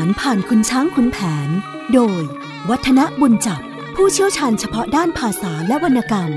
ารผ่านคุณช้างขุนแผนโดยวัฒนบุญจับผู้เชี่ยวชาญเฉพาะด้านภาษาและวรรณกรรม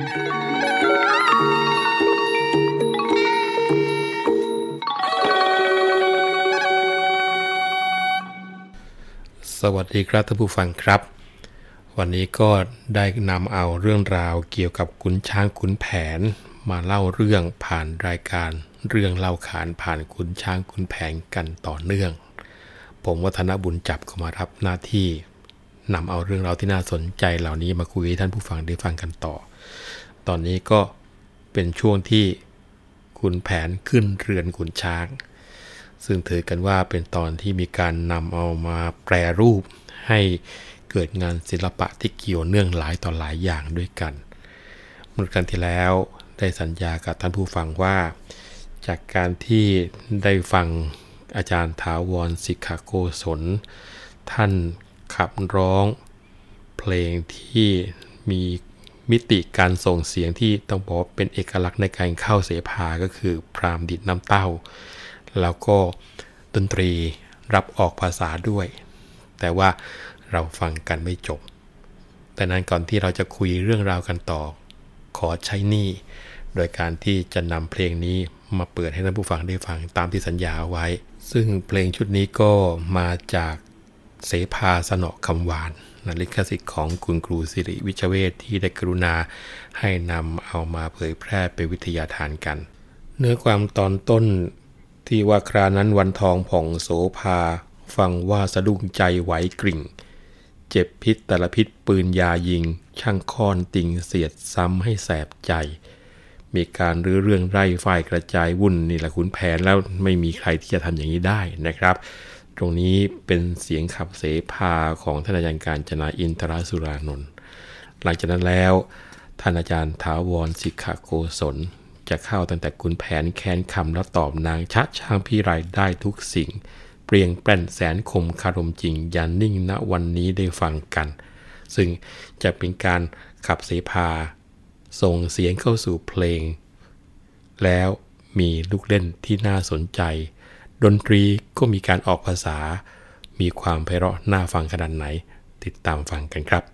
สวัสดีครับท่านผู้ฟังครับวันนี้ก็ได้นำเอาเรื่องราวเกี่ยวกับขุนช้างขุนแผนมาเล่าเรื่องผ่านรายการเรื่องเล่าขานผ่านขุนช้างขุนแผนกันต่อเนื่องผมวัฒนบุญจับก็มารับหน้าที่นำเอาเรื่องราวที่น่าสนใจเหล่านี้มาคุยให้ท่านผู้ฟังได้ฟังกันต่อตอนนี้ก็เป็นช่วงที่ขุนแผนขึ้นเรือนขุนช้างซึ่งถือกันว่าเป็นตอนที่มีการนำเอามาแปรรูปให้เกิดงานศิลปะที่เกี่ยวเนื่องหลายต่อหลายอย่างด้วยกันเมื่อครั้งที่แล้วได้สัญญากับท่านผู้ฟังว่าจากการที่ได้ฟังอาจารย์ถาวรสิกขโกศลท่านขับร้องเพลงที่มีมิติการส่งเสียงที่ต้องบอกเป็นเอกลักษณ์ในการเข้าเสภาก็คือพราหมณ์ดิดน้ำเต้าแล้วก็ดนตรีรับออกภาษาด้วยแต่ว่าเราฟังกันไม่จบแต่นั้นก่อนที่เราจะคุยเรื่องราวกันต่อขอใช้หนี้โดยการที่จะนำเพลงนี้มาเปิดให้ท่านผู้ฟังได้ฟังตามที่สัญญาไว้ซึ่งเพลงชุดนี้ก็มาจากเสภาสนอคำหวานลิขสิทธิ์ของคุณครูสิริวิชเวชที่ได้กรุณาให้นำเอามาเผยแพร่เป็นวิทยาทานกันเนื้อความตอนต้นที่ว่าครานั้นวันทองผ่องโสภาฟังว่าสะดุ้งใจไหวกริ่งเจ็บพิษแต่ละพิษปืนยายิงช่างค้อนติงเสียดซ้ำให้แสบใจมีการรื้อเรื่องไร่ฝ่ายกระจายวุ่นนี่แหละขุนแผนแล้วไม่มีใครที่จะทำอย่างนี้ได้นะครับตรงนี้เป็นเสียงขับเสภาของท่านอาจารย์กาญจนาอินทรสุรานนท์หลังจากนั้นแล้วท่านอาจารย์ถาวรสิกขโกศลจะเข้าตั้งแต่ขุนแผนแค้นคำแล้วตอบนางชะช้างพี่ไรได้ทุกสิ่งเปรียงแป้นแสนคมคารมจริงยันนิ่งณวันนี้ได้ฟังกันซึ่งจะเป็นการขับเสภาส่งเสียงเข้าสู่เพลงแล้วมีลูกเล่นที่น่าสนใจดนตรีก็มีการออกภาษามีความไพเราะน่าฟังขนาดไหนติดตามฟังกันครับ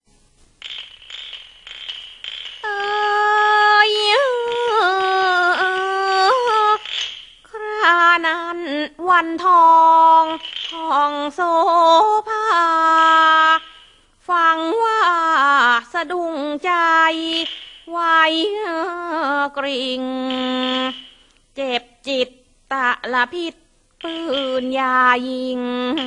ครานั้นวันทองทองโสภาฟังว่าสะดุ้งใจไหวกริ่งเจ็บจิตตะละพิษปืนยายิง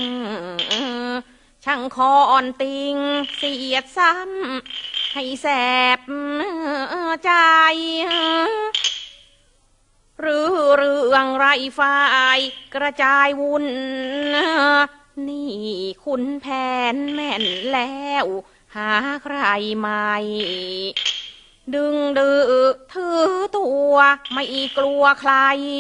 ช่างคอนติงเสียดซ้ำให้แสบใจหรือเรื่องไรฝ่ายกระจายวุ่นนี่ขุนแผนแม่นแล้วหาใครใหม่ดึงดื้อถือตัวไม่กลัวใคร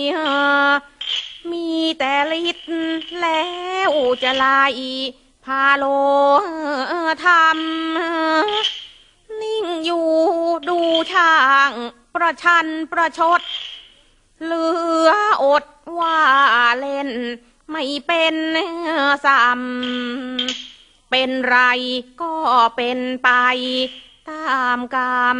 มีแต่ฤทธิ์แล้วจะไล่พาโลทำนิ่งอยู่ดูช่างประชันประชดเหลืออดว่าเล่นไม่เป็นซ้ำเป็นไรก็เป็นไปตามกรรม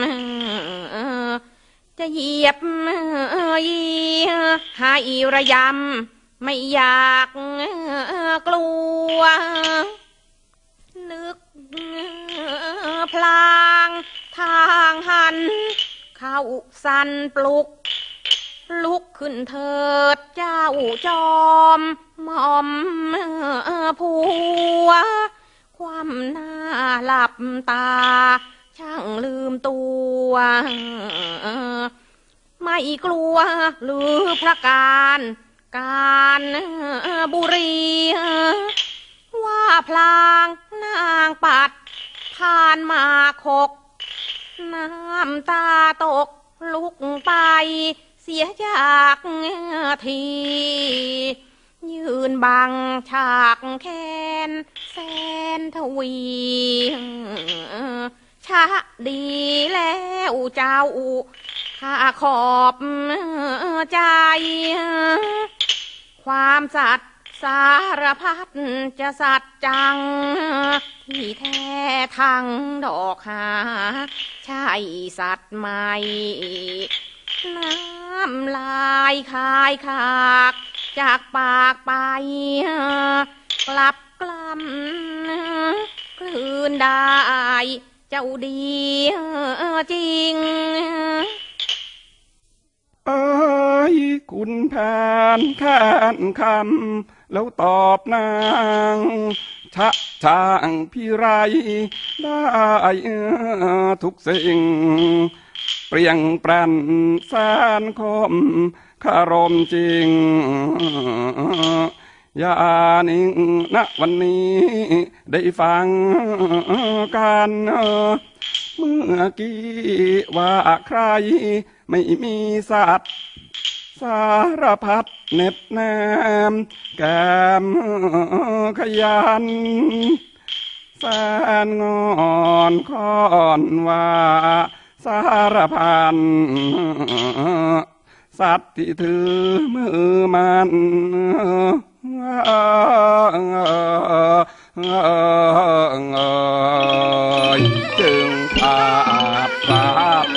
จะเหยียบยีให้ระยำไม่อยากกลัวนึกพลางทางหันเข้าสันปลุกลุกขึ้นเถิดเจ้าจอมหม่อมผัวความหน้าหลับตาช่างลืมตัวไม่กลัวหรือพระการบุรีว่าพลางนางปัดผ่านมาคกน้ำตาตกลุกไปเสียจากทียืนบังฉากแค้นแสนทวีชะดีแล้วเจ้าข้าขอบใจความสัตย์สารพัดจะสัจจังที่แท้ทั้งดอกหาใช่สัตว์ใหม่น้ำลายคายขากจากปากไปกลับกล้ำกลืนได้เจ้าดีจริงเอ้ยคุณแผนแค้นคำแล้วตอบนางชะช่างพี่ไรได้ทุกสิ่งเปรียงปรันแสนคมคารมจริงอย่านิ่งณวันนี้ได้ฟังกันเมื่อกี้ว่าใครไม่มีสัตว์สารพัดเน็บแนมแก้มขยันแสนงอนคอนว่าสารพันสัตว์ที่ถือมือมันจึงพาดพลาด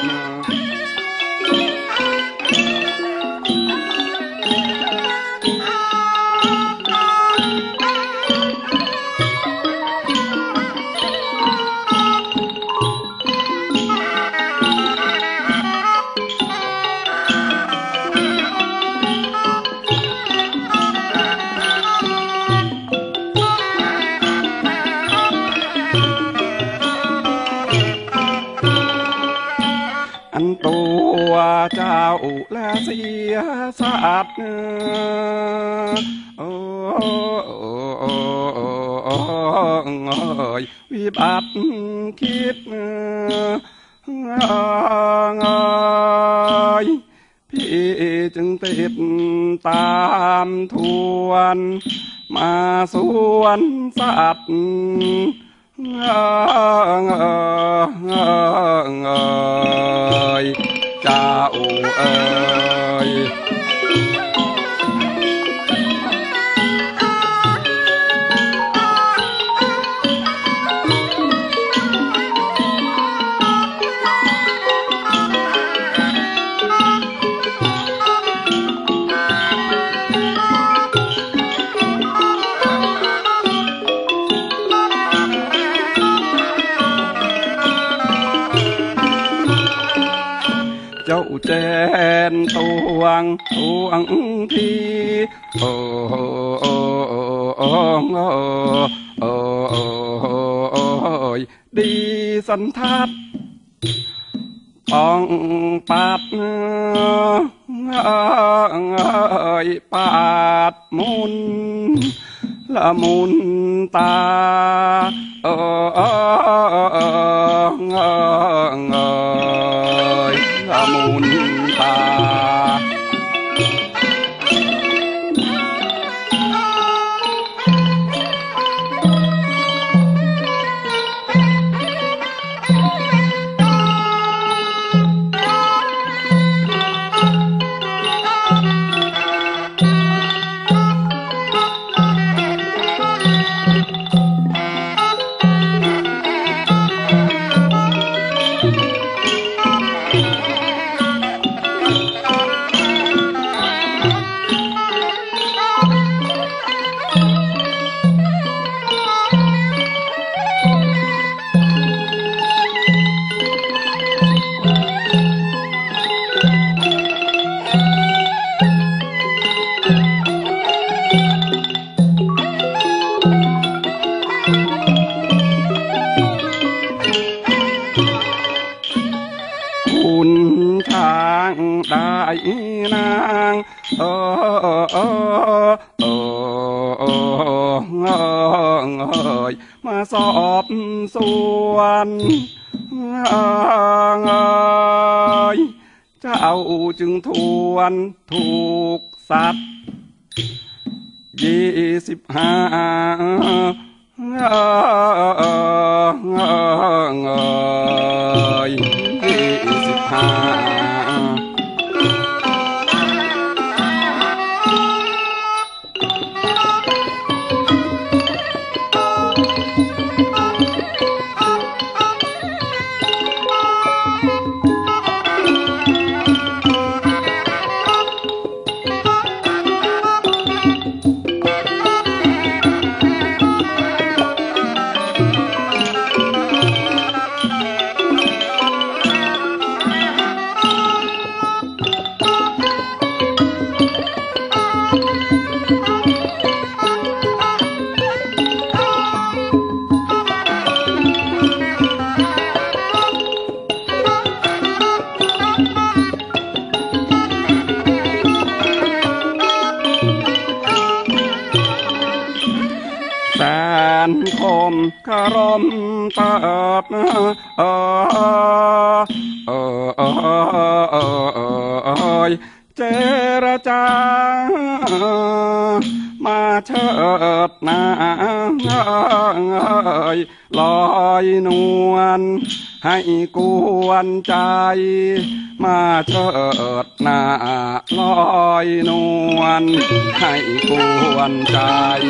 ตัวเจ้าและเสียสัตว์วิบัติคิดพี่จึงติดตามทวนมาสวนสัตว์เจ้าเอ๋ยเจ้าแจนตวงทีดีสันทัดต้องปัดปาดมุนละมุนตาละมุนตาคุณช้างได้นางมาสอบสวนเจ้าจึงทวนถูกสัตว์25 นคมคารมเติบเจรจามาเชิดนาลอยนวลให้กวนใจมาเชิดนาลอยนวลให้กวนใจ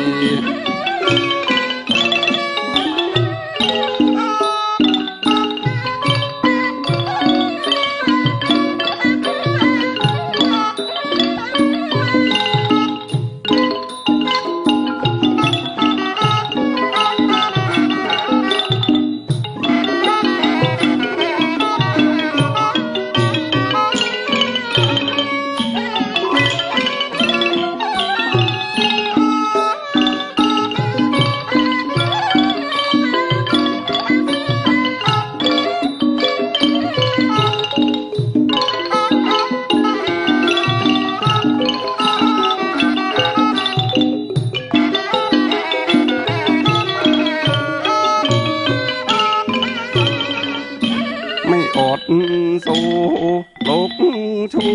สู้ลุกชู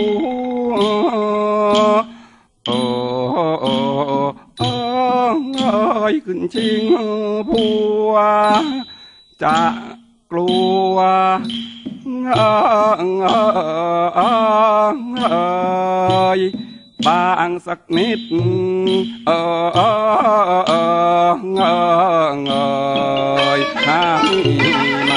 ขึ้นชิงผัวจะกลัวบางสักนิดหาไม่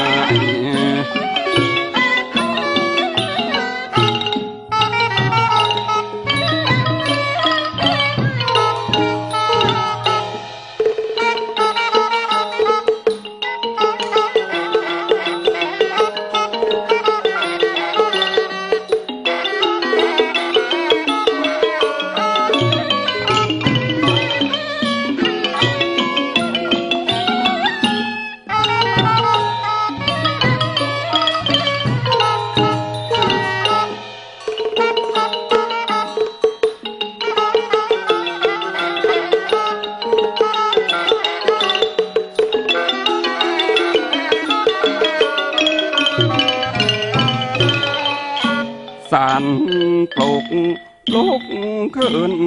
สั่นปลุกลุกขึ้น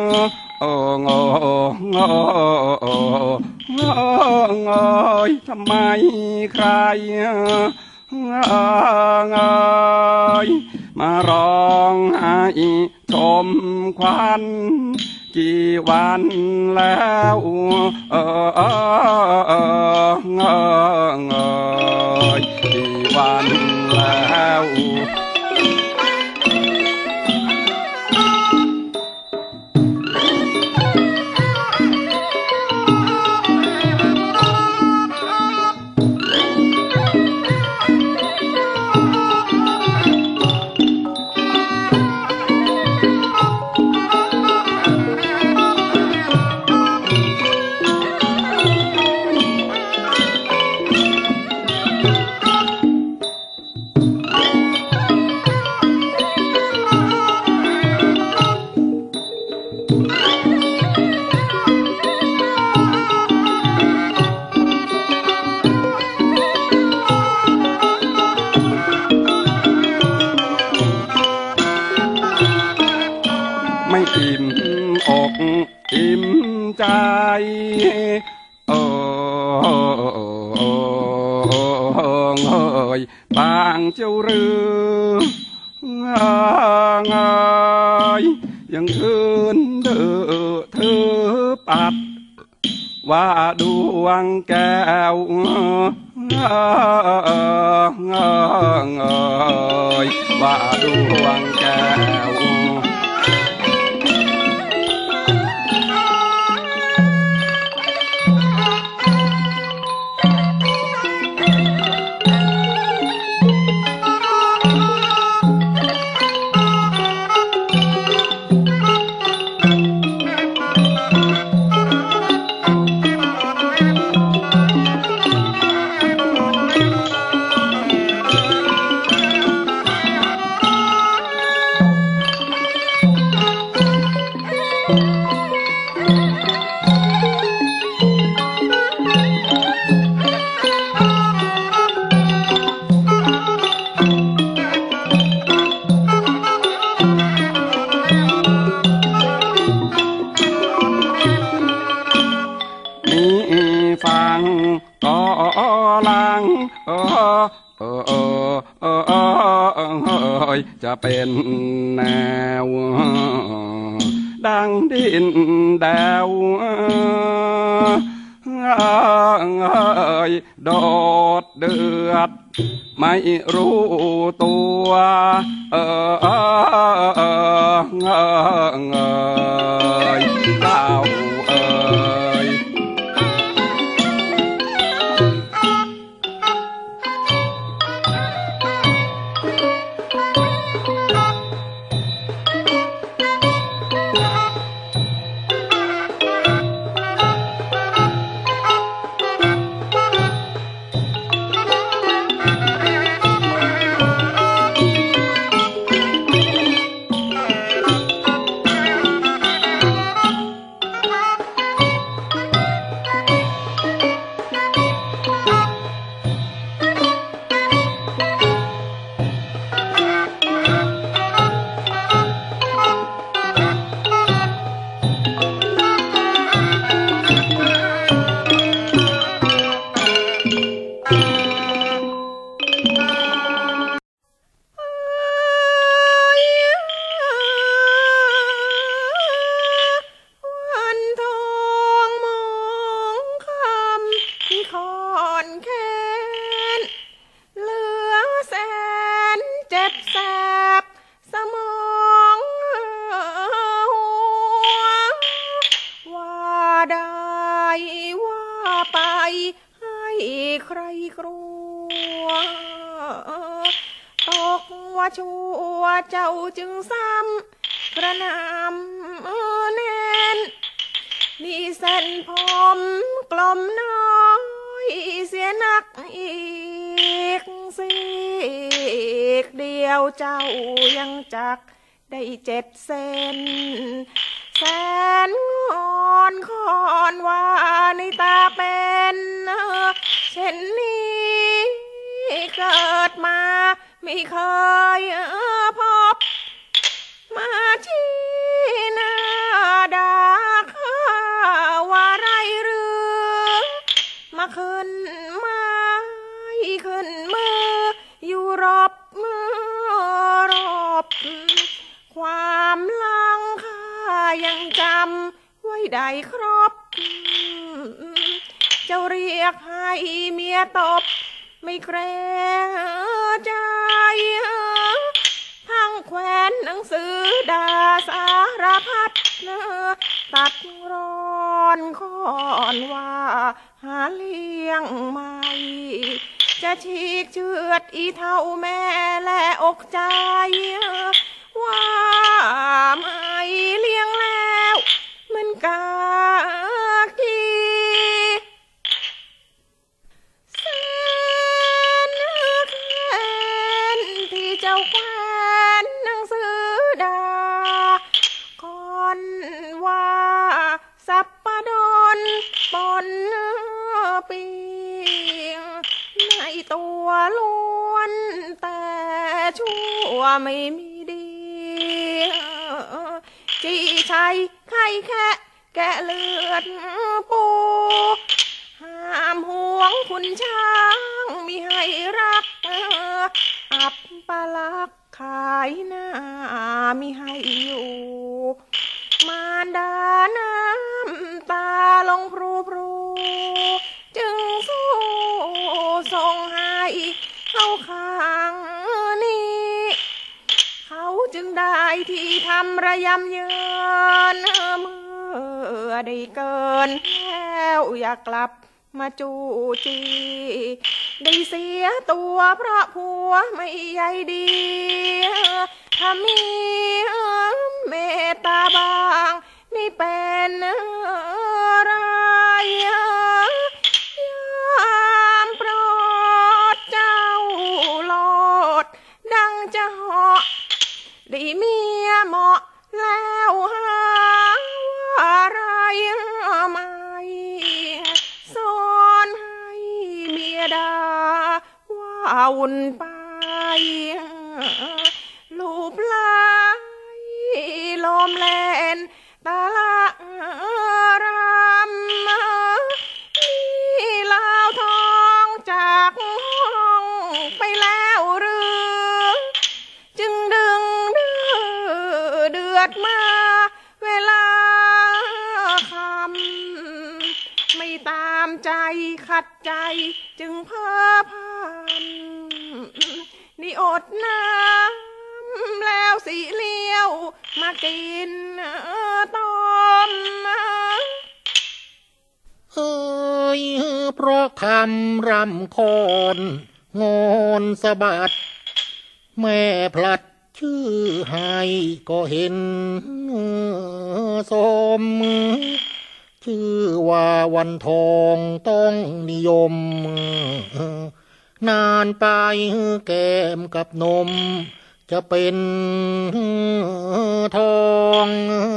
ทำไมใครมาร้องไห้ชมควันกี่วันแล้วกี่วันแล้วไม่อิ่มอกอิ่มใจบางเจ้าเรือยังคืนเธอปัดว่าดวงแก้วว่าดวงแก้วมีฟังก็ลังจะเป็นแนวดังดินแดวโดดเดือดไม่รู้ตัวเจ้าชั่วเจ้าจึงซ้ำกระนำแน่นนี่เส้นผมกลมน้อยเสียนักอีกสิกเดียวเจ้ายังจักได้7 เส้นแสนอ่อนคอนว่าในตาเป็นเช่นนี้เกิดมาไม่เคยพบมาที่หน้าดาข้าว่าไรหรือมาขึ้นมืออยู่รอบความลังข้ายังจำไว้ได้ครบเจ้าเรียกให้เมียตบไม่เกรงใจทั้งแขวนหนังสือด่าสารพัดตัดร้อนค้อนว่าหาเลี้ยงไม่จะฉีกเชือดอีเท่าแม่และอกใจว่าไม่เลี้ยงแล้วมันกากีเจ้าแควนหนังสือดาก่อนว่าสับปะดนปนปีในตัวล้วนแต่ชั่วไม่มีดีจี้ชัยไข่แค่แกะเลือดปูห้ามห่วงคุณช้างมิให้รักอับปลักขายหน้ามิให้อยู่มารดาน้ำตาลงพรูจึงสู้ส่งให้เข้าข้างนี้เขาจึงได้ที่ทำระยำเยินเมื่อได้เกินแล้วอยากกลับมาจูจีได้เสียตัวเพราะผัวไม่ใยดีถ้ามีเมตตาบางไม่เป็นไรยามโปรดเจ้าโลดดังจะเหาะได้เมียเหมาะแล้วหาอะไรไม่สอนให้เมียดาว่าวุ่นไปลูบไหลลมแลนตาละรำามใจขัดใจจึงเพ้อพันนี่อดน้ำแล้วสิเลี้ยวมากินต้มเอ้ยเพราะคำรำคอนงอนสะบัดแม่พลัดชื่อให้ก็เห็นสมชื่อว่าวันทองต้องนิยมนานไปแก้มกับนมจะเป็นทอง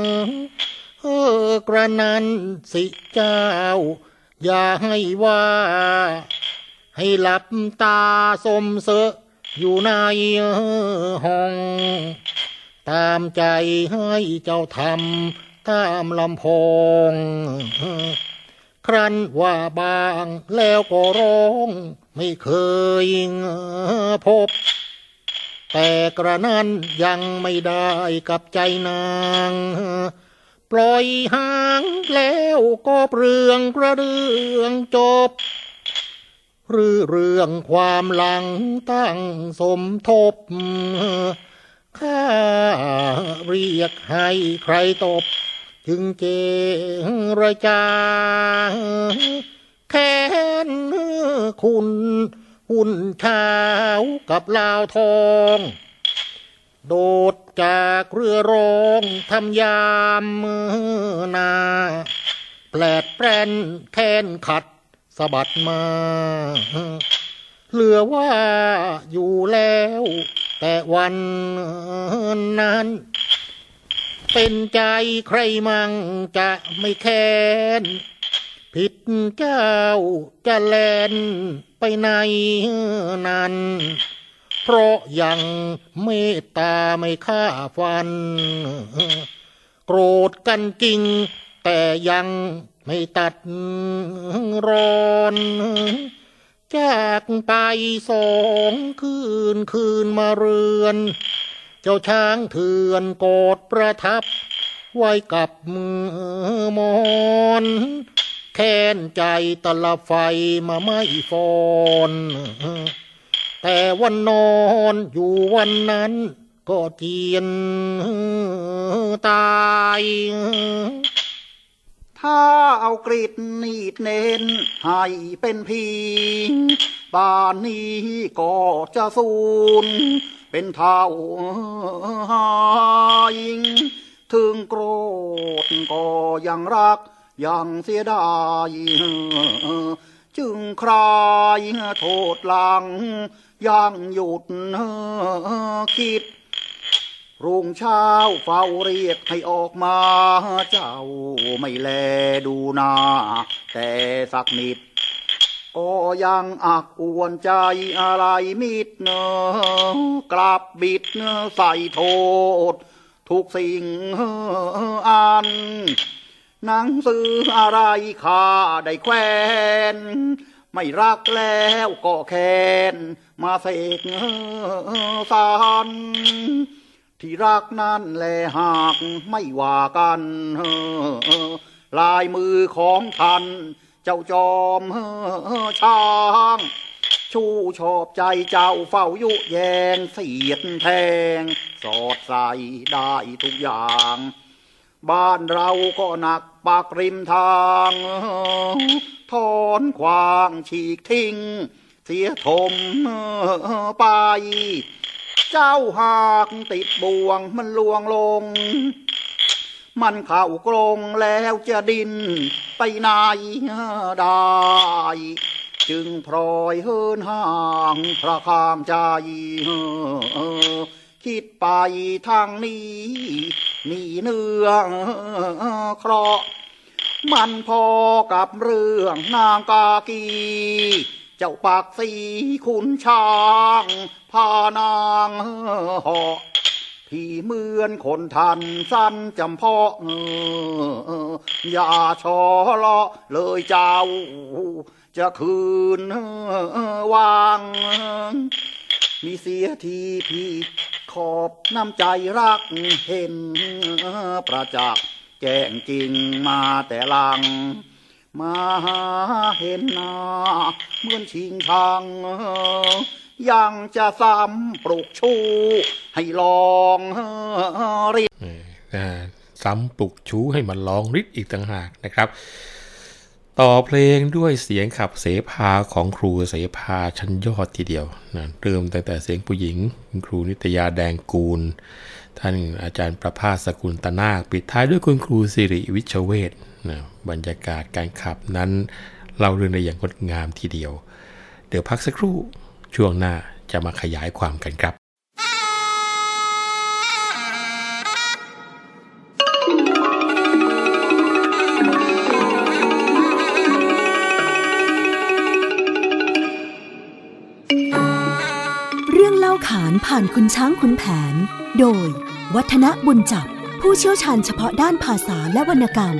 กระนั้นสิเจ้าอย่าให้ว่าให้หลับตาสมเสะอยู่ในห้องตามใจให้เจ้าทำตามลำพองครั้นว่าบางแล้วก็ร้องไม่เคยพบแต่กระนั้นยังไม่ได้กับใจนางปล่อยห่างแล้วก็เปลืองกระเรื่องจบหรือเรื่องความหลังตั้งสมทบข้าเรียกให้ใครตบจึงเจรจาแค้นคุณหุ่นเช้ากับลาวทองโดดจากเรือร้องทำยามนาแปลดแปรนแค้นขัดสะบัดมาเหลือว่าอยู่แล้วแต่วันนั้นเป็นใจใครมั่งจะไม่แค้นผิดเจ้าจะแลนไปในนั้นเพราะยังเมตตาไม่ฆ่าฟันโกรธกันจริงแต่ยังไม่ตัดรอนจากไป2 คืนมาเรือนเจ้าช้างเถื่อนโกรธประทับไว้กับมอนแค้นใจตะละไฟมาไม่ฟอนแต่วันนอนอยู่วันนั้นก็เจียนตายถ้าเอากรีดนีดเน้นให้เป็นพีบ้านนี้ก็จะสูญเป็นเท่าหายถึงโกรธก็ยังรักยังเสียดายจึงคลายโทษหลังยังหยุดคิดรุ่งเช้าเฝ้าเรียกให้ออกมาเจ้าไม่แลดูหน้าแต่สักนิดก็ยังอักอวนใจอะไรมิดกลับบิดใส่โทษทุกสิ่งอันหนังสืออะไรข้าได้แควนไม่รักแล้วก็แค้นมาเสกสารที่รักนั่นแลหากไม่ว่ากันลายมือของท่านเจ้าจอมช้างชู้ชอบใจเจ้าเฝ้ายุแยงเสียดแทงสอดใส่ได้ทุกอย่างบ้านเราก็หนักปากริมทางถอนขวางฉีกทิ้งเสียทมไปเจ้าหากติดบ่วงมันลวงลงมันเข้ากรงแล้วจะดิ้นไปไหนได้จึงพลอยเฮินห่างพระข้างใจคิดไปทางนี้มีเนื้อเคราะห์มันพอกับเรื่องนางกากีเจ้าปากสีขุนช้างพานางเหาะพี่เหมือนคนทันสั้นจำเพาะอย่าชอเลาะเลยเจ้าจะคืนวางมีเสียทีพี่ขอบน้ำใจรักเห็นประจักษ์แจ้งจริงมาแต่ลังมาเห็นหน้าเหมือนชิงชังยังจะซ้ำปลุกชูให้ลองริดซ้ำปลุกชูให้มันลองริดอีกต่างหากนะครับต่อเพลงด้วยเสียงขับเสภาของครูเสภาชั้นยอดทีเดียวนะเริ่มตั้งแต่เสียงผู้หญิงคุณครูนิตยาแดงกูลท่านอาจารย์ประภาสสกุลตนาคปิดท้ายด้วยคุณครูสิริวิชเวชนะบรรยากาศการขับนั้นเล่าเรื่องได้อย่างงดงามทีเดียวเดี๋ยวพักสักครู่ช่วงหน้าจะมาขยายความกันครับเรื่องเล่าขานผ่านคุณช้างคุณแผนโดยวัฒนบุญจับผู้เชี่ยวชาญเฉพาะด้านภาษาและวรรณกรรม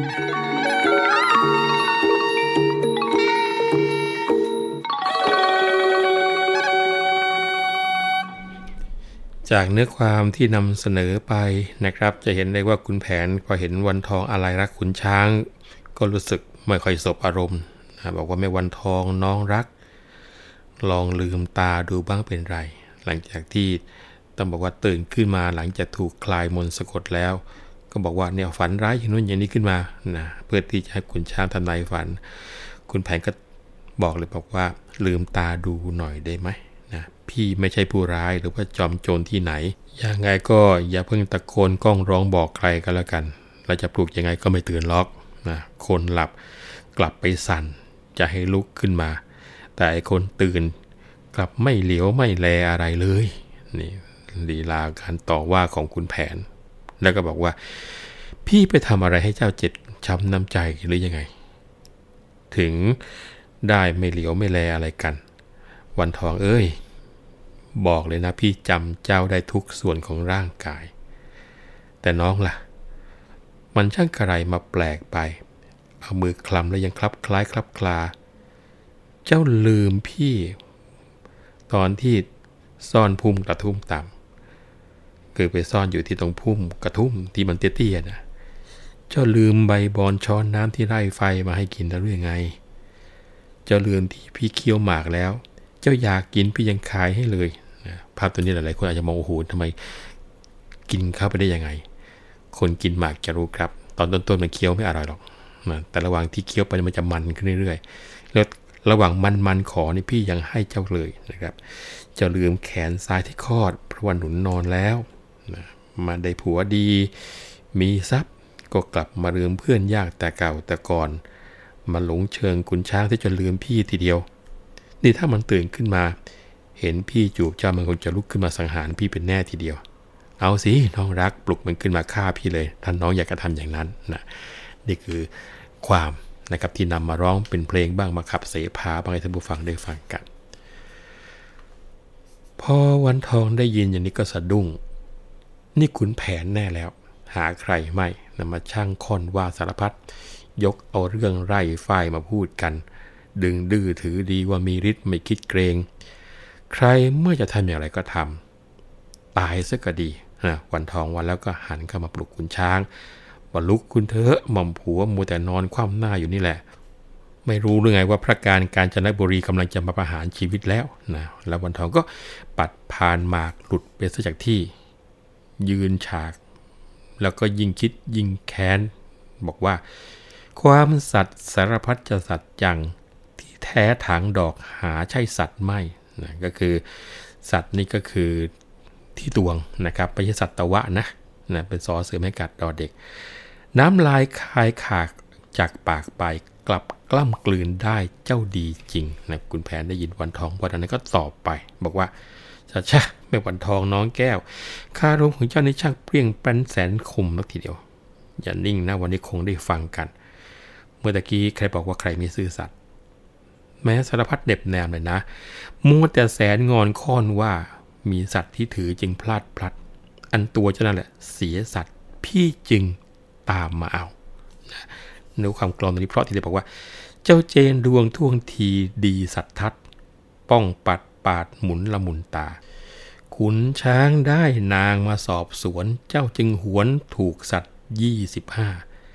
จากเนื้อความที่นำเสนอไปนะครับจะเห็นได้ว่าคุณแผนพอเห็นวันทองอะไรรักขุนช้างก็รู้สึกไม่ค่อยสบอารมณ์บอกว่าแม่วันทองน้องรักลองลืมตาดูบ้างเป็นไรหลังจากที่ต้องบอกว่าตื่นขึ้นมาหลังจากถูกคลายมนต์สะกดแล้วก็บอกว่าเนี่ยฝันร้ายอย่างนู้นอย่างนี้ขึ้นมานะเพื่อที่จะให้ขุนช้างทำนายฝันคุณแผนก็บอกเลยบอกว่าลืมตาดูหน่อยได้ไหมนะพี่ไม่ใช่ผู้ร้ายหรือว่าจอมโจรที่ไหนยังไงก็อย่าเพิ่งตะโกนก้องร้องบอกใครก็แล้วกันเราจะปลุกยังไงก็ไม่ตื่นล็อกนะคนหลับกลับไปสั่นจะให้ลุกขึ้นมาแต่ไอ้คนตื่นกลับไม่เหลียวไม่แลอะไรเลยนี่ลีลาการต่อว่าของคุณแผนแล้วก็บอกว่าพี่ไปทำอะไรให้เจ้าเจ็บช้ำน้ำใจหรือยังไงถึงได้ไม่เหลียวไม่แลอะไรกันวันทองเอ้ยบอกเลยนะพี่จำเจ้าได้ทุกส่วนของร่างกายแต่น้องล่ะมันช่างกระไรมาแปลกไปเอามือคลำแล้วยังคลับคล้ายคลับคลาเจ้าลืมพี่ตอนที่ซ่อนพุ่มกระทุ่มต่ำคือไปซ่อนอยู่ที่ตรงพุ่มกระทุ่มที่มันเตี้ยๆนะเจ้าลืมใบบอนช้อนน้ำที่ไร่ไฟมาให้กินแล้วหรือไงเจ้าลืมที่พี่เคี้ยวหมากแล้วเจ้าอยากกินพี่ยังขายให้เลยนะภาพตัวนี้หลายๆคนอาจจะมองโอ้โหทำไมกินเข้าไปได้ยังไงคนกินหมากจะรู้ครับตอนต้นๆมันเคี้ยวไม่อร่อยหรอกนะแต่ระหว่างที่เคี้ยวไปมันจะมันขึ้นเรื่อยๆแล้วระหว่างมันขอนี่พี่ยังให้เจ้าเลยนะครับเจ้าลืมแขนซ้ายที่คลอดเพราะวันหนุนนอนแล้วนะมาได้ผัวดีมีทรัพย์ก็กลับมาลืมเพื่อนยากแต่เก่าแต่ก่อนมาหลงเชิงขุนช้างที่จะลืมพี่ทีเดียวนี่ถ้ามันตื่นขึ้นมาเห็นพี่จูบเจ้ามันคงจะลุกขึ้นมาสังหารพี่เป็นแน่ทีเดียวเอาสิน้องรักปลุกมันขึ้นมาฆ่าพี่เลยท่านน้องอยากจะทำอย่างนั้นนะนี่คือความนะครับที่นำมาร้องเป็นเพลงบ้างมาขับเสภาบ้างให้ท่านผู้ฟังได้ฟังกันพอวันทองได้ยินอย่างนี้ก็สะดุ้งนี่ขุนแผนแน่แล้วหาใครไม่นำมาช่างค่อนว่าสารพัดยกเอาเรื่องไร่ฝ้ายมาพูดกันดึงดื้อถือดีว่ามีฤทธิ์ไม่คิดเกรงใครเมื่อจะทำอย่างไรก็ทำตายซะก็ดีนะวันทองวันแล้วก็หันเข้ามาปลุกขุนช้างว่าลุกคุณเถอะหม่อมผัวมัวแต่นอนคว่ำหน้าอยู่นี่แหละไม่รู้หรือไงว่าพระการกาญจนบุรีกำลังจะมาประหารชีวิตแล้วนะแล้ววันทองก็ปัดพานหมากหลุดไปซะจากที่ยืนฉากแล้วก็ยิ่งคิดยิ่งแค้นบอกว่าความสัตย์สารพัดจะสัตย์จังที่แท้ถางดอกหาใช่สัตว์ไม่นะก็คือสัตว์นี่ก็คือที่ตวงนะครับไม่ใช่สัตวะนะเป็นซอเสือไม่กัดดอเด็กน้ำลายคายขากจากปากไปกลับกล้ำกลืนได้เจ้าดีจริงนะคุณแผนได้ยินวันทองวันนั้นก็ตอบไปบอกว่าชะแม่วันทองน้องแก้วคารมของเจ้านี่ช่างเปรี้ยงแป้นแสนคมนักทีเดียวอย่านิ่งนะวันนี้คงได้ฟังกันเมื่อตะกี้ใครบอกว่าใครไม่ซื่อสัตย์แม้สารพัดเด็บแนมเลยนะมัวแต่แสนงอนค้อนว่ามีสัตว์ที่ถือจึงพลาดพลัดอันตัวเจ้านั่นแหละเสียสัตว์พี่จึงตามมาเอาเนื้อความกลอนตรงนี้เพราะที่ได้บอกว่าเจ้าเจนดวงท่วงทีดีสัตว์ทัดป้องปัดปาดหมุนละมุนตาขุนช้างได้นางมาสอบสวนเจ้าจึงหวนถูกสัตว์25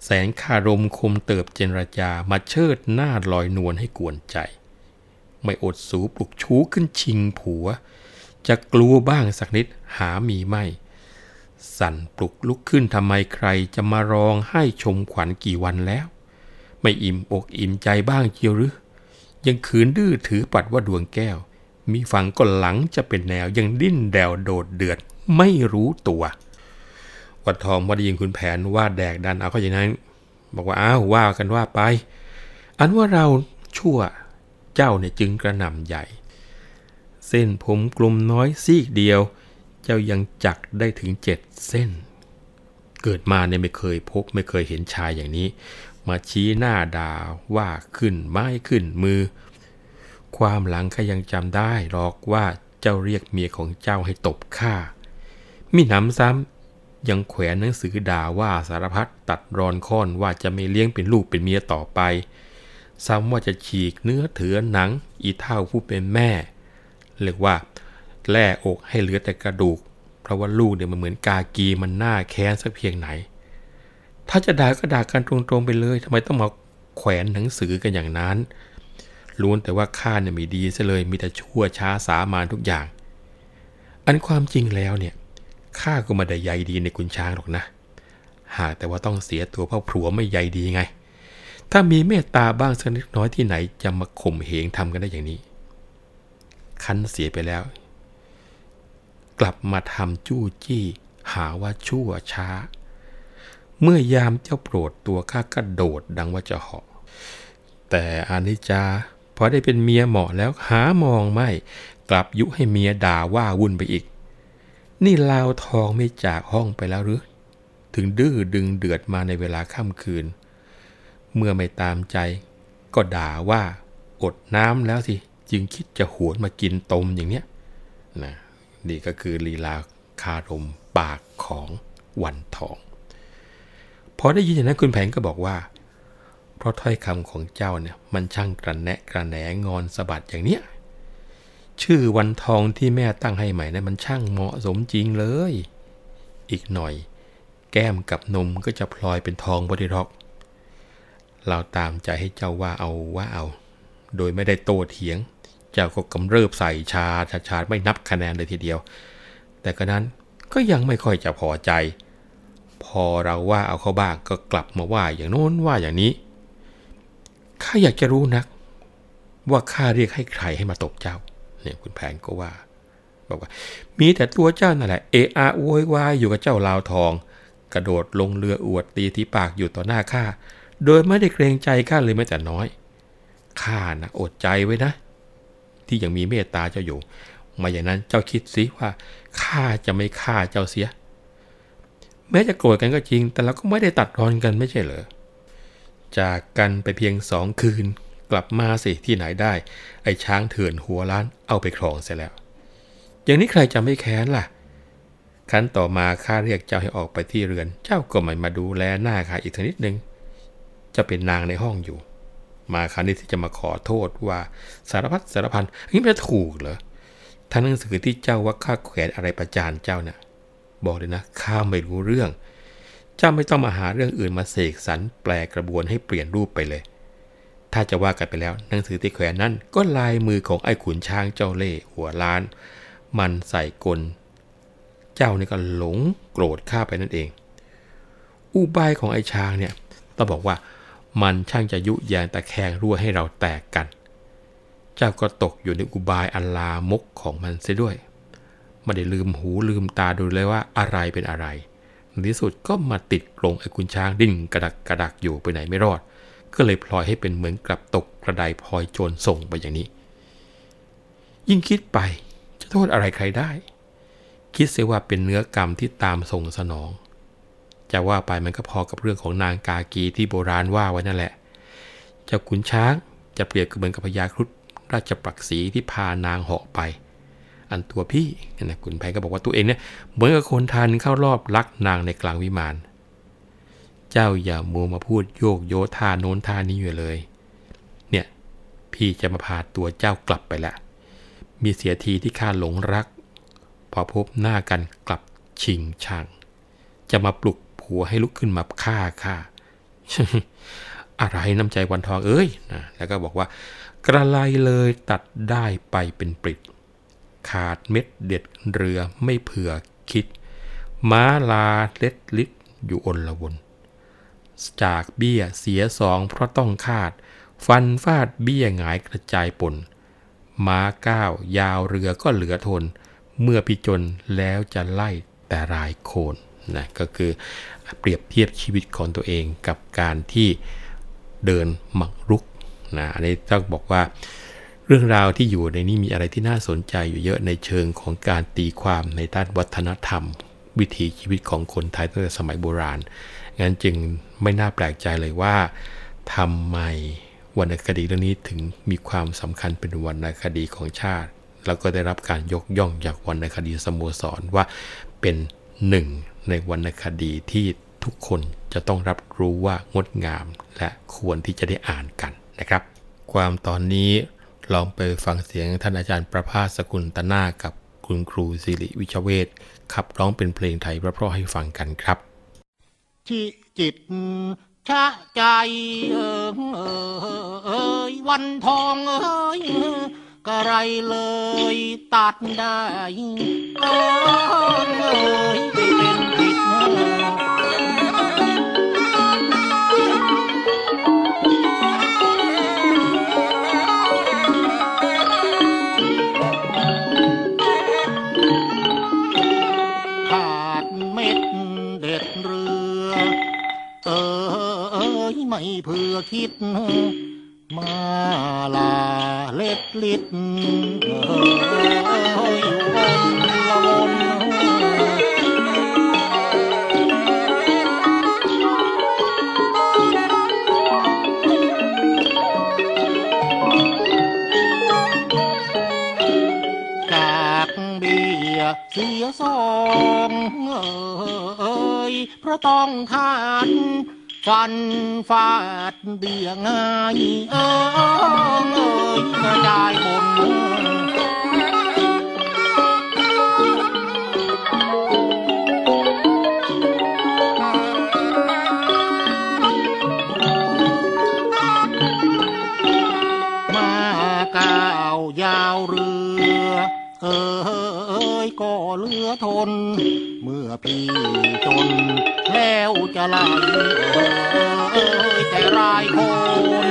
แสงคารมคมเติบเจรจามาเชิดหน้าลอยนวลให้กวนใจไม่อดสูปลุกชู้ขึ้นชิงผัวจะกลัวบ้างสักนิดหามีไม่สั่นปลุกลุกขึ้นทำไมใครจะมาร้องให้ชมขวัญกี่วันแล้วไม่อิ่มอกอิ่มใจบ้างเจียวหรือยังขืนดื้อถือปัดว่าดวงแก้วมีฝังก็หลังจะเป็นแนวยังดิ้นแดวโดดเดือดไม่รู้ตัววัดทองพอได้ยินคุณแผนว่าแดกดันเอาเข้าอย่างนั้นบอกว่าอ้าวว่ากันว่าไปอันว่าเราชั่วเจ้าเนี่ยจึงกระหน่ำใหญ่เส้นผมกลมน้อยซีกเดียวเจ้ายังจักได้ถึง7 เส้นเกิดมาเนี่ยไม่เคยพบไม่เคยเห็นชายอย่างนี้มาชี้หน้าด่าว่าขึ้นไม้ขึ้นมือความหลังข้ายังจำได้หรอกว่าเจ้าเรียกเมียของเจ้าให้ตบข้ามิหนำซ้ำยังแขวนหนังสือด่าว่าสารพัดตัดรอนค้อนว่าจะไม่เลี้ยงเป็นลูกเป็นเมียต่อไปซ้ำว่าจะฉีกเนื้อเถือหนังอีเท่าผู้เป็นแม่เรียกว่าแล่อกให้เหลือแต่กระดูกเพราะว่าลูกเนี่ยมันเหมือนกากีมันน่าแค้นสักเพียงไหนถ้าจะด่าก็ด่ากันตรงๆไปเลยทำไมต้องมาแขวนหนังสือกันอย่างนั้นล้วนแต่ว่าข้าเนี่ยไม่ดีซะเลยมีแต่ชั่วช้าสามานทุกอย่างอันความจริงแล้วเนี่ยข้าก็ไม่ได้ใยดีในคุณช้างหรอกนะหากแต่ว่าต้องเสียตัวเพราะผัวไม่ใยดีไงถ้ามีเมตตาบ้างสักนิดน้อยที่ไหนจะมาข่มเหงทำกันได้อย่างนี้คันเสียไปแล้วกลับมาทำจู้จี้หาว่าชั่วช้าเมื่อยามเจ้าโปรดตัวข้ากระโดดดังว่าจะเหาะแต่อานิจจาพอได้เป็นเมียเหมาะแล้วหามองไม่กลับยุให้เมียด่าว่าวุ่นไปอีกนี่ลาวทองไม่จากห้องไปแล้วหรือถึงดื้อดึงเดือดมาในเวลาค่ำคืนเมื่อไม่ตามใจก็ด่าว่าอดน้ำแล้วสิจึงคิดจะหวนมากินตมอย่างเนี้ยนะนี่ก็คือลีลาคารมปากของวันทองพอได้ยินอย่างนั้นคุณแผนก็บอกว่าเพราะถ้อยคำของเจ้าเนี่ยมันช่างกระแนะกระแหนงอนสะบัดอย่างเนี้ยชื่อวันทองที่แม่ตั้งให้ใหม่นะมันช่างเหมาะสมจริงเลยอีกหน่อยแก้มกับนมก็จะพลอยเป็นทองบริรอกเราตามใจให้เจ้าว่าเอาโดยไม่ได้โต้เถียงเจ้าก็กำเริบใส่ชาไม่นับคะแนนเลยทีเดียวแต่ก็นั้นก็ยังไม่ค่อยจะพอใจพอเราว่าเอาเขาบ้างก็กลับมาว่าอย่างโน้นว่าอย่างนี้ข้าอยากจะรู้นักว่าข้าเรียกให้ใครให้มาตบเจ้าเนี่ยคุณแผนก็ว่าบอกว่ามีแต่ตัวเจ้านั่นแหละเอะอะโวยวายอยู่กับเจ้าลาวทองกระโดดลงเรืออวดตีที่ปากอยู่ต่อหน้าข้าโดยไม่ได้เกรงใจข้าเลยแม้แต่น้อยข้านะอดใจไว้นะที่ยังมีเมตตาเจ้าอยู่มาอย่างนั้นเจ้าคิดสิว่าข้าจะไม่ฆ่าเจ้าเสียแม้จะโกรธกันก็จริงแต่เราก็ไม่ได้ตัดรอนกันไม่ใช่เหรอจากกันไปเพียง2 คืนกลับมาสิที่ไหนได้ไอ้ช้างเถื่อนหัวล้านเอาไปครองเสียแล้วอย่างนี้ใครจะไม่แค้นล่ะขั้นต่อมาข้าเรียกเจ้าให้ออกไปที่เรือนเจ้าก็ไม่มาดูแลหน้าข้าอีกทีนิดนึงจะเป็นนางในห้องอยู่มาคราวนี้ที่จะมาขอโทษว่าสารพัดสารพันนี่ไม่ถูกเหรอทั้งหนังสือที่เจ้าว่าข้าแขวนอะไรประจานเจ้าเนี่ยบอกเลยนะข้าไม่รู้เรื่องเจ้าไม่ต้องมาหาเรื่องอื่นมาเสกสรรแปลกระบวนให้เปลี่ยนรูปไปเลยถ้าจะว่ากันไปแล้วหนังสือที่แขวนนั้นก็ลายมือของไอ้ขุนช้างเจ้าเล่ห์หัวล้านมันใส่กลเจ้านี่ก็หลงโกรธข้าไปนั่นเองอุบายของไอ้ช้างเนี่ยต้องบอกว่ามันช่างจะยุแยงตะแคงรั่วให้เราแตกกันเจ้าก็ตกอยู่ในอุบายอันลามกของมันเสียด้วยไม่ได้ลืมหูลืมตาดูเลยว่าอะไรเป็นอะไรในที่สุดก็มาติดกรงไอ้ขุนช้างดิ้นกระดักอยู่ไปไหนไม่รอดก็เลยพลอยให้เป็นเหมือนกับตกกระไดพลอยโจรส่งไปอย่างนี้ยิ่งคิดไปจะโทษอะไรใครได้คิดเสียว่าเป็นเนื้อกรรมที่ตามส่งสนองจะว่าไปมันก็พอกับเรื่องของนางกากีที่โบราณว่าไว้นั่นแหละเจ้าขุนช้างจะเปรียบเหมือนกับพญาครุฑราชปรักษีที่พานางเหาะไปอันตัวพี่นะขุนแผนก็บอกว่าตัวเองเนี่ยเหมือนกับคนทานเข้ารอบลักนางในกลางวิมานเจ้าอย่ามัวมาพูดโยกโยท่าโน้นท่านี้อยู่เลยเนี่ยพี่จะมาพาตัวเจ้ากลับไปละมีเสียทีที่ข้าหลงรักพอพบหน้ากันกลับชิงชังจะมาปลุกผัวให้ลุกขึ้นมาฆ่าอะไรน้ำใจวันทองเอ้ยนะแล้วก็บอกว่ากระไรเลยตัดได้ไปเป็นปริดขาดเม็ดเด็ดเรือไม่เผื่อคิดม้าลาเล็ดลิดอยู่อนละวนจากเบี้ยเสียสองเพราะต้องคาดฟันฟาดเบี้ยหงายกระจายปนม้าก้าวยาวเรือก็เหลือทนเมื่อพิจนแล้วจะไล่แต่รายโคนนะก็คือเปรียบเทียบชีวิตของตัวเองกับการที่เดินหมักรุกนะอันนี้ต้องบอกว่าเรื่องราวที่อยู่ในนี้มีอะไรที่น่าสนใจอยู่เยอะในเชิงของการตีความในด้านวัฒนธรรมวิถีชีวิตของคนไทยตั้งแต่สมัยโบราณงั้นจึงไม่น่าแปลกใจเลยว่าทำไมวรรณคดีเรื่องนี้ถึงมีความสำคัญเป็นวรรณคดีของชาติแล้วก็ได้รับการยกย่องจากวรรณคดีสโมสรว่าเป็นหนึ่งในวรรณคดีที่ทุกคนจะต้องรับรู้ว่างดงามและควรที่จะได้อ่านกันนะครับความตอนนี้ลองไปฟังเสียงท่านอาจารย์ประภาสสกุลตนากับคุณครูสิริวิชเวชขับร้องเป็นเพลงไทยเพราะๆให้ฟังกันครับที่จิตชะใจวันทองกระไรเลยตัดได้ไปเป็นผิดขาดเม็ดเด็ดเรือไม่เพื่อคิดมาลาเล็ดลิดอยู่วนละวนจากเบี้ยเสียสองเพราะต้องขาดฟันฟาดเบี่ยง่ายกระจายบนมาก้าวยาวเรือก็เหลือทนเมื่อพี่จนแล้วจะไล่แต่รายคน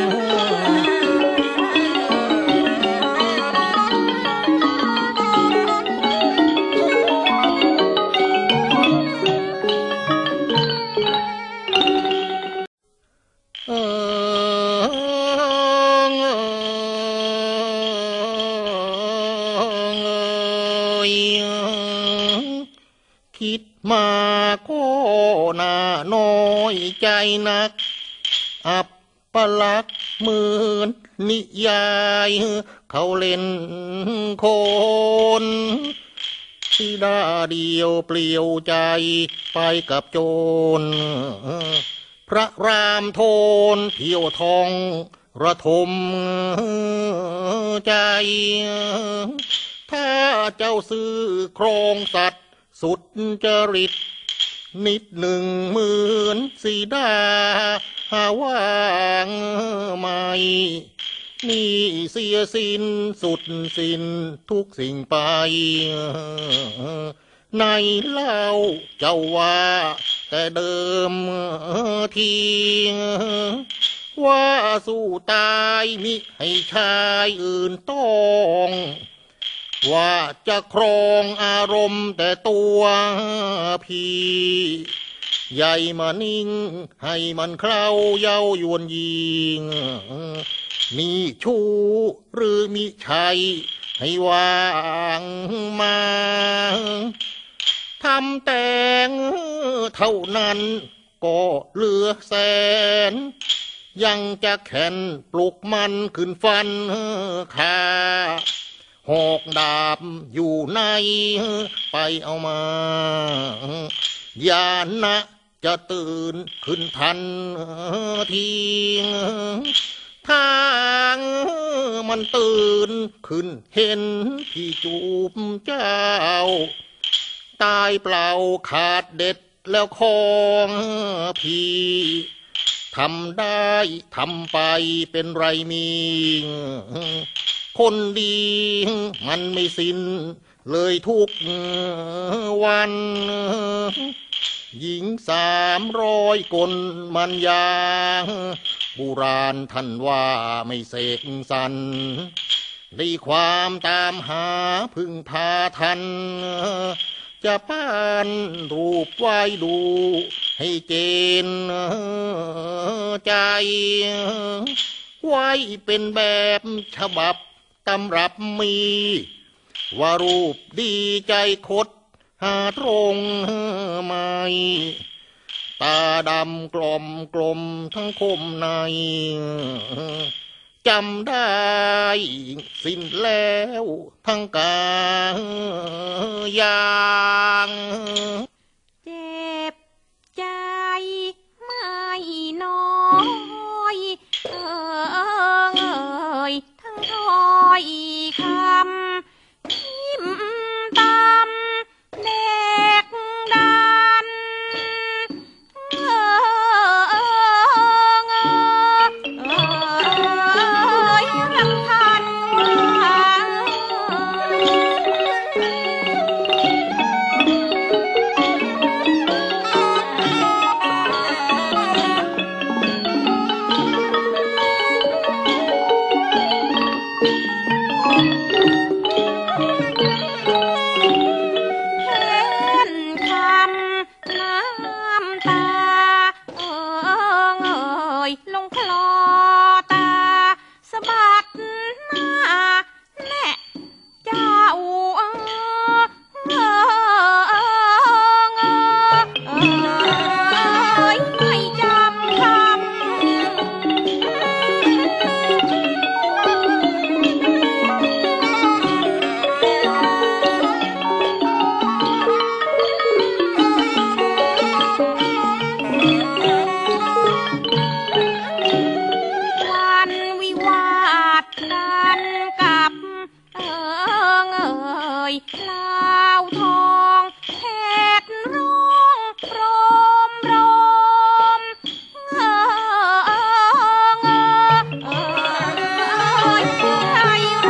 คิดมาก็น่าน้อยใจนักอับปลักษณ์เหมือนนิยายเขาเล่นโคนที่ดาเดียวเปลี่ยวใจไปกับโจรพระรามโทนเที่ยวทองระทมใจถ้าเจ้าซื้อครองสัตว์สุดจริตนิดหนึ่งเหมือนสีดาหาว่างไม่นี่เสียสิ้นสุดสิ้นทุกสิ่งไปในเล่าเจ้าว่าแต่เดิมทีว่าสู้ตายมิให้ชายอื่นต้องว่าจะครองอารมณ์แต่ตัวพี่ใหญ่มานิ่งให้มันเคล้าเย้ายวนยิงมีชู้หรือมิใช่ให้วางมาทำแต่งเท่านั้นก็เหลือแสนยังจะแข่นปลุกมันขึ้นฟันขาหอกดาบอยู่ในไปเอามาอย่านะจะตื่นขึ้นทันทีทางมันตื่นขึ้นเห็นพี่จูบเจ้าตายเปล่าขาดเด็ดแล้วของพี่ทำได้ทำไปเป็นไรมีคนดีมันไม่สิ้นเลยทุกวันหญิง300 คนมันยางโบราณท่านว่าไม่เสกสรรได้ความตามหาพึ่งพาทันจะปั้นรูปไว้ดูให้เจนใจไว้เป็นแบบฉบับตำรับมีว่ารูปดีใจคดหาตรงไม่ตาดำกลมทั้งคมในจำได้สิ้นแล้วทั้งกายอย่างเจ็บใจไม่น้อยทั้งถ้อยคำทิมตำเด็กดันรำพันลงคลอตาสะบัดหน้าแน่เจ้าไม่จำคกันกับลาวทองแขกร้องโรมไทยร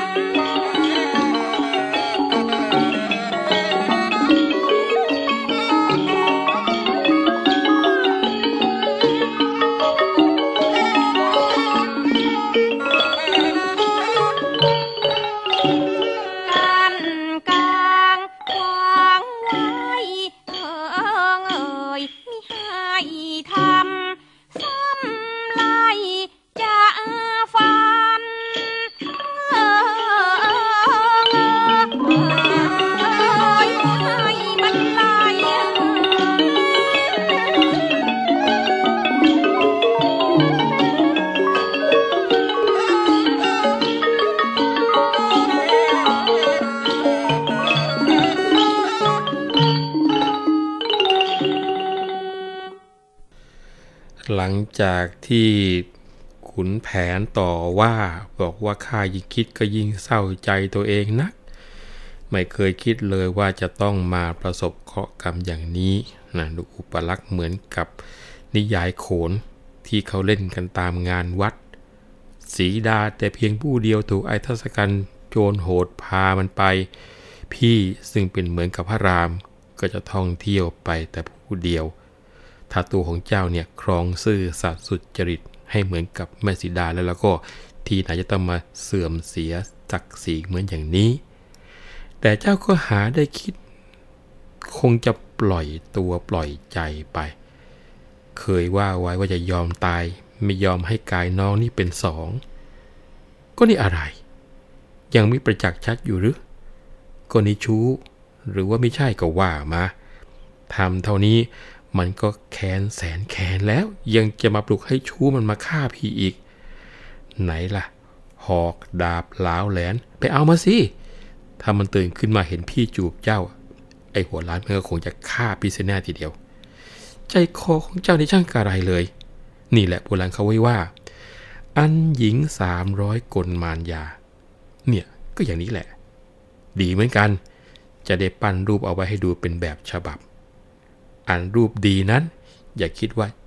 หลังจากที่ขุนแผนต่อว่าบอกว่าข้ายิ่งคิดก็ยิ่งเศร้าใจตัวเองนักไม่เคยคิดเลยว่าจะต้องมาประสบเคราะห์กรรมอย่างนี้นะดูอุปลักษณ์เหมือนกับนิยายโขนที่เขาเล่นกันตามงานวัดสีดาแต่เพียงผู้เดียวถูกไอ้ทศกัณฐ์โจรโหดพามันไปพี่ซึ่งเป็นเหมือนกับพระรามก็จะท่องเที่ยวไปแต่ผู้เดียวถ้าตัวของเจ้าเนี่ยครองซื่อสัตย์สุจริตให้เหมือนกับแม่สีดาแล้วก็ทีไหนจะต้องมาเสื่อมเสียศักดิ์ศรีเหมือนอย่างนี้แต่เจ้าก็หาได้คิดคงจะปล่อยตัวปล่อยใจไปเคยว่าไว้ว่าจะยอมตายไม่ยอมให้กายน้องนี่เป็นสองก็นี่อะไรยังไม่ประจักษ์ชัดอยู่หรือก็นี่ชู้หรือว่าไม่ใช่ก็ว่ามาทำเท่านี้มันก็แค้นแสนแค้นแล้วยังจะมาปลุกให้ชู้มันมาฆ่าพี่อีกไหนล่ะหอกดาบล้าวแหลนไปเอามาสิถ้ามันตื่นขึ้นมาเห็นพี่จูบเจ้าไอ้หัวล้านมันก็คงจะฆ่าพี่เสียแน่ทีเดียวใจคอของเจ้านี่ช่างกระไรเลยนี่แหละโบราณเขาไว้ว่าอันหญิง300 กลมารยาเนี่ยก็อย่างนี้แหละดีเหมือนกันจะได้ปั้นรูปเอาไว้ให้ดูเป็นแบบฉบับอันรูปดีนั้นอย่าคิดว่า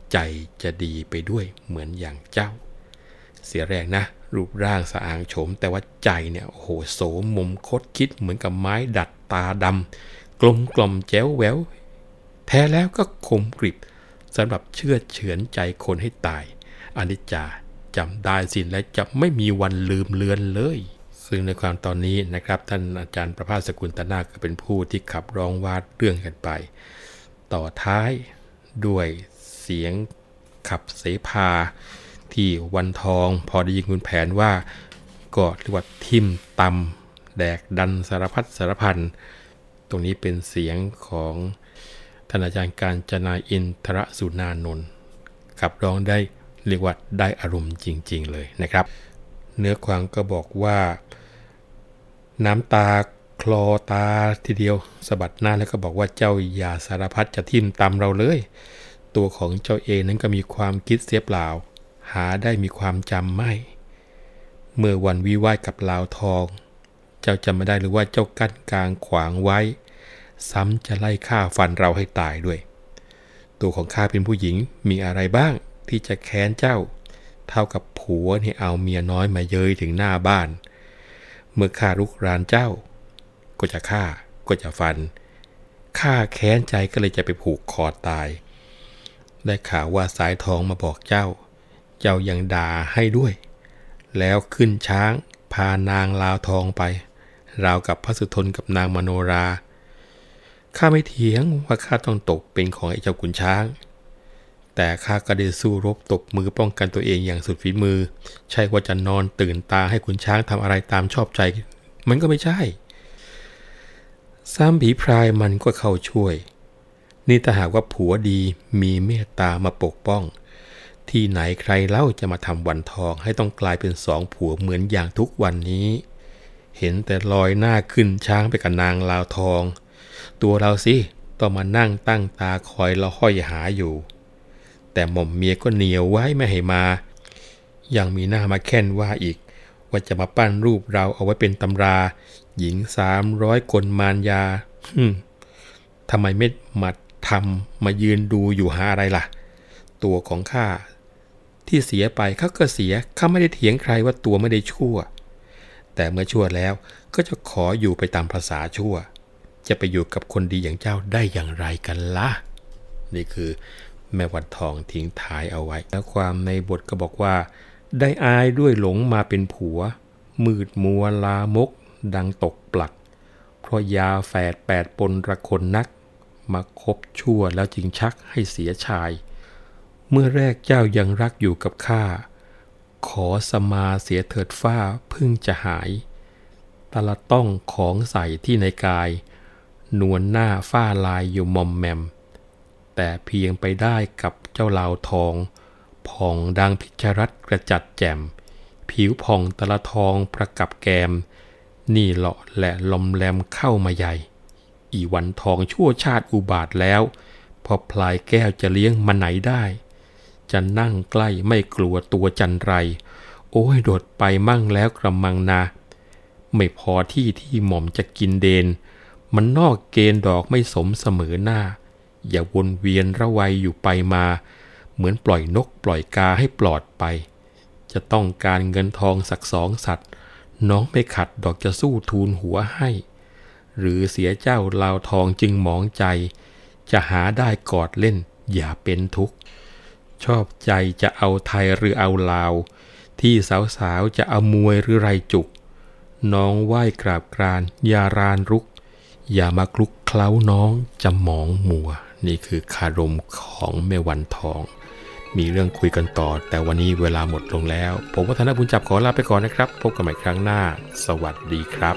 ใจจะดีไปด้วยเหมือนอย่างเจ้าเสียแรงนะรูปร่างสะอางโฉมแต่ว่าใจเนี่ยโอ้โหโสมมคดคิดเหมือนกับไม้ดัดตาดำกลมกล่อมแจ๋วแหววแท้แล้วก็คมกริบสำหรับเชื่อเฉือนใจคนให้ตายอนิจจาจำได้สิ้นและจะไม่มีวันลืมเลือนเลยซึ่งในความตอนนี้นะครับท่านอาจารย์ประภาสสกุลตนาก็เป็นผู้ที่ขับร้องวาดเรื่องกันไปต่อท้ายด้วยเสียงขับเสภาที่วันทองพอได้ยินคุณแผนว่าก็เรียกว่าทิ่มตำแดกดันสารพัดสารพันตรงนี้เป็นเสียงของท่านอาจารย์กาญจนาอินทรสุนานนท์ขับร้องได้เรียกว่าได้อารมณ์จริงๆเลยนะครับเนื้อความก็บอกว่าน้ำตาคลอตาทีเดียวสะบัดหน้าแล้วก็บอกว่าเจ้าอย่าสารพัดจะทิ่มตำเราเลยตัวของเจ้าเองนั้นก็มีความคิดเสียเปล่าหาได้มีความจำไม่เมื่อวันวิวาทกับลาวทองเจ้าจำไม่ได้หรือว่าเจ้ากั้นกลางขวางไว้ซ้ำจะไล่ฆ่าฟันเราให้ตายด้วยตัวของข้าเป็นผู้หญิงมีอะไรบ้างที่จะแค้นเจ้าเท่ากับผัวเนี่ยเอาเมียน้อยมาเย้ยถึงหน้าบ้านเมื่อข้ารุกรานเจ้าก็จะฆ่าก็จะฟันข้าแค้นใจก็เลยจะไปผูกคอตายได้ข่าวว่าสายทองมาบอกเจ้ายังด่าให้ด้วยแล้วขึ้นช้างพานางลาวทองไปราวกับพระสุทนกับนางมโนราข้าไม่เถียงว่าข้าต้องตกเป็นของไอ้เจ้าขุนช้างแต่ข้าก็ได้สู้รบตบมือป้องกันตัวเองอย่างสุดฝีมือใช่ว่าจะนอนตื่นตาให้ขุนช้างทำอะไรตามชอบใจมันก็ไม่ใช่ซ้ำผีพรายมันก็เข้าช่วยนี่ถ้าหากว่าผัวดีมีเมตตามาปกป้องที่ไหนใครเล่าจะมาทำวันทองให้ต้องกลายเป็นสองผัวเหมือนอย่างทุกวันนี้เห็นแต่ลอยหน้าขึ้นช้างไปกับนางลาวทองตัวเราสิต้องมานั่งตั้งตาคอยละห้อยหาอยู่แต่หม่อมเมียก็เหนียวไว้ไม่ให้มายังมีหน้ามาแค่นว่าอีกว่าจะมาปั้นรูปเราเอาไว้เป็นตำราหญิง300คนมารยาทำไมไม่มาทำมายืนดูอยู่หาอะไรล่ะตัวของข้าที่เสียไปเขาก็เสียข้าไม่ได้เถียงใครว่าตัวไม่ได้ชั่วแต่เมื่อชั่วแล้วก็จะขออยู่ไปตามภาษาชั่วจะไปอยู่กับคนดีอย่างเจ้าได้อย่างไรกันล่ะนี่คือแม่วันทองทิ้งท้ายเอาไว้แล้วความในบทก็บอกว่าได้อายด้วยหลงมาเป็นผัวมืดมัวลามกดังตกปลักเพราะยาแฝด8ปนระคนนักมาคบชั่วแล้วจึงชักให้เสียชายเมื่อแรกเจ้ายังรักอยู่กับข้าขอสมาเสียเถิดฝ้าพึ่งจะหายตะละต้องของใส่ที่ในกายนวลหน้าฝ้าลายอยู่มอมแมมแต่เพียงไปได้กับเจ้าลาวทองผ่องดังพิชรัตกระจัดแจ่มผิวผ่องตะละทองประกับแกมนี่เลาะและลมแรมเข้ามาใหญ่อีวันทองชั่วชาติอุบาทแล้วพอพลายแก้วจะเลี้ยงมันไหนได้จะนั่งใกล้ไม่กลัวตัวจันไรโอ้ยโดดไปมั่งแล้วกระมังนาไม่พอที่หม่อมจะกินเดนมันนอกเกณฑ์ดอกไม่สมเสมอหน้าอย่าวนเวียนระวัยอยู่ไปมาเหมือนปล่อยนกปล่อยกาให้ปลอดไปจะต้องการเงินทองสัก2 สัตว์น้องไม่ขัดดอกจะสู้ทูลหัวให้หรือเสียเจ้าลาวทองจึงหมองใจจะหาได้กอดเล่นอย่าเป็นทุกข์ชอบใจจะเอาไทยหรือเอาลาวที่สาวๆจะเอามวยหรือไรจุกน้องไหว้กราบกรานอย่ารานรุกอย่ามาคลุกเคล้าน้องจะหมองมัวนี่คือคารมของแม่วันทองมีเรื่องคุยกันต่อแต่วันนี้เวลาหมดลงแล้วผมวัฒนบุญจับขอลาไปก่อนนะครับพบกันใหม่ครั้งหน้าสวัสดีครับ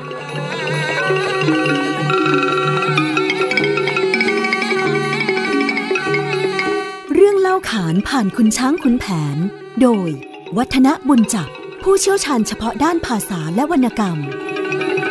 เรื่องเล่าขานผ่านคุณช้างคุณแผนโดยวัฒนบุญจับผู้เชี่ยวชาญเฉพาะด้านภาษาและวรรณกรรม